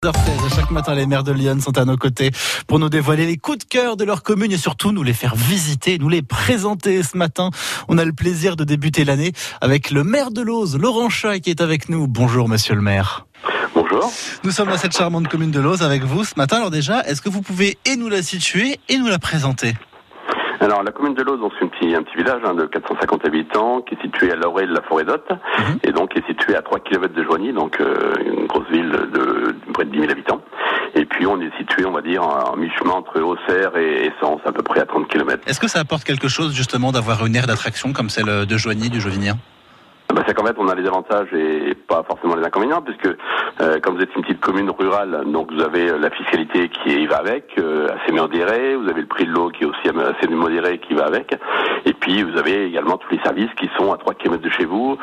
16h16, chaque matin, les maires de Lyon sont à nos côtés pour nous dévoiler les coups de cœur de leur commune et surtout nous les faire visiter, nous les présenter. Ce matin, on a le plaisir de débuter l'année avec le maire de Looz, Laurent Chat, qui est avec nous. Bonjour, monsieur le maire. Bonjour. Nous sommes dans cette charmante commune de Looz avec vous ce matin. Alors déjà, est-ce que vous pouvez nous la situer et nous la présenter ? Alors, la commune de Looz, c'est un petit village de 450 habitants qui est situé à l'orée de la forêt d'Hôte et donc qui est situé à 3 km de Joigny, donc une grosse ville de près de 10 000 habitants. Et puis, on est situé, on va dire, en mi-chemin entre Auxerre et Sens, à peu près à 30 km. Est-ce que ça apporte quelque chose, justement, d'avoir une aire d'attraction comme celle de Joigny, du Jovinien ? C'est qu'en fait, on a les avantages et pas forcément les inconvénients, puisque quand vous êtes une petite commune rurale, donc vous avez la fiscalité qui va avec, assez modérée, vous avez le prix de l'eau qui est aussi assez modéré qui va avec, et puis vous avez également tous les services qui sont à 3 km de chez vous,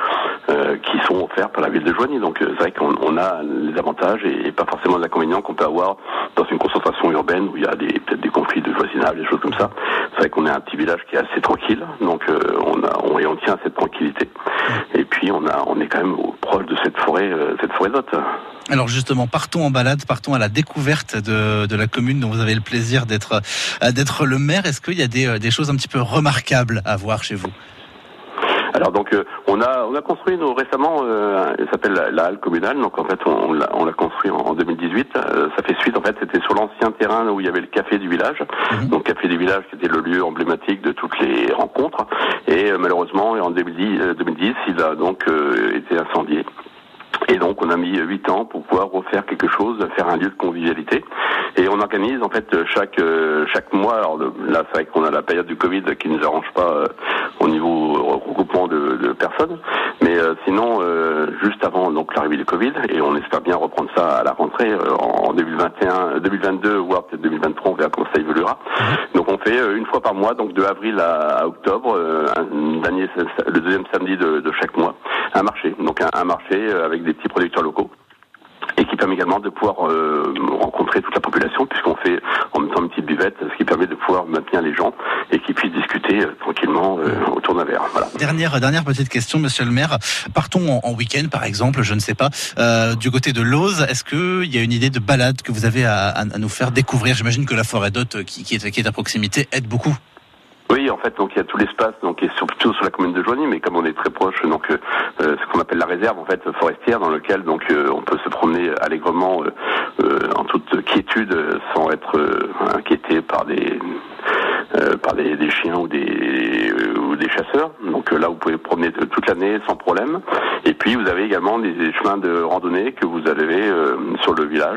qui sont offerts par la ville de Joigny. Donc c'est vrai qu'on a les avantages et pas forcément les inconvénients qu'on peut avoir dans une concentration urbaine où il y a peut-être des conflits de voisinage, des choses comme ça. C'est vrai qu'on est un petit village qui est assez tranquille, donc on tient à cette tranquillité. Et puis on est quand même proche de cette forêt d'Hôte. Alors justement, partons en balade, partons à la découverte de la commune dont vous avez le plaisir d'être le maire. Est-ce qu'il y a des choses un petit peu remarquables à voir chez vous ? Alors donc on a construit récemment, elle s'appelle la halle communale. Donc en fait on l'a construit en 2018. Ça fait suite, en fait, c'était sur l'ancien terrain où il y avait le café du village. Donc café du village qui était le lieu emblématique de toutes les rencontres. Et malheureusement en 2010 il a donc été incendié. Et donc on a mis 8 ans pour pouvoir refaire quelque chose, faire un lieu de convivialité. Et on organise en fait chaque mois. Alors là c'est vrai qu'on a la période du Covid qui nous arrange pas au niveau regroupement de personnes. Mais sinon juste avant donc l'arrivée du Covid, et on espère bien reprendre ça à la rentrée en 2022 voire peut-être 2023, on verra comment ça évoluera. Donc on fait une fois par mois, donc de avril à octobre, le deuxième samedi de chaque mois, un marché. Donc un marché avec des petits producteurs locaux et qui permet également de pouvoir rencontrer toute la population, puisqu'on fait en même temps une petite buvette, ce qui permet de pouvoir maintenir les gens et qu'ils puissent discuter tranquillement autour d'un verre. Voilà. Dernière petite question, monsieur le maire. Partons en week-end, par exemple, je ne sais pas, du côté de Looz. Est-ce qu'il y a une idée de balade que vous avez à nous faire découvrir ? J'imagine que la forêt d'Hôte qui est à proximité aide beaucoup. Oui, en fait, donc il y a tout l'espace, donc qui est surtout sur la commune de Joigny, mais comme on est très proche, donc ce qu'on appelle la réserve en fait forestière, dans lequel donc on peut se promener allègrement en toute quiétude, sans être inquiété par des chiens ou des chasseurs. Donc là, vous pouvez promener toute l'année sans problème. Et puis vous avez également des chemins de randonnée que vous avez sur le village.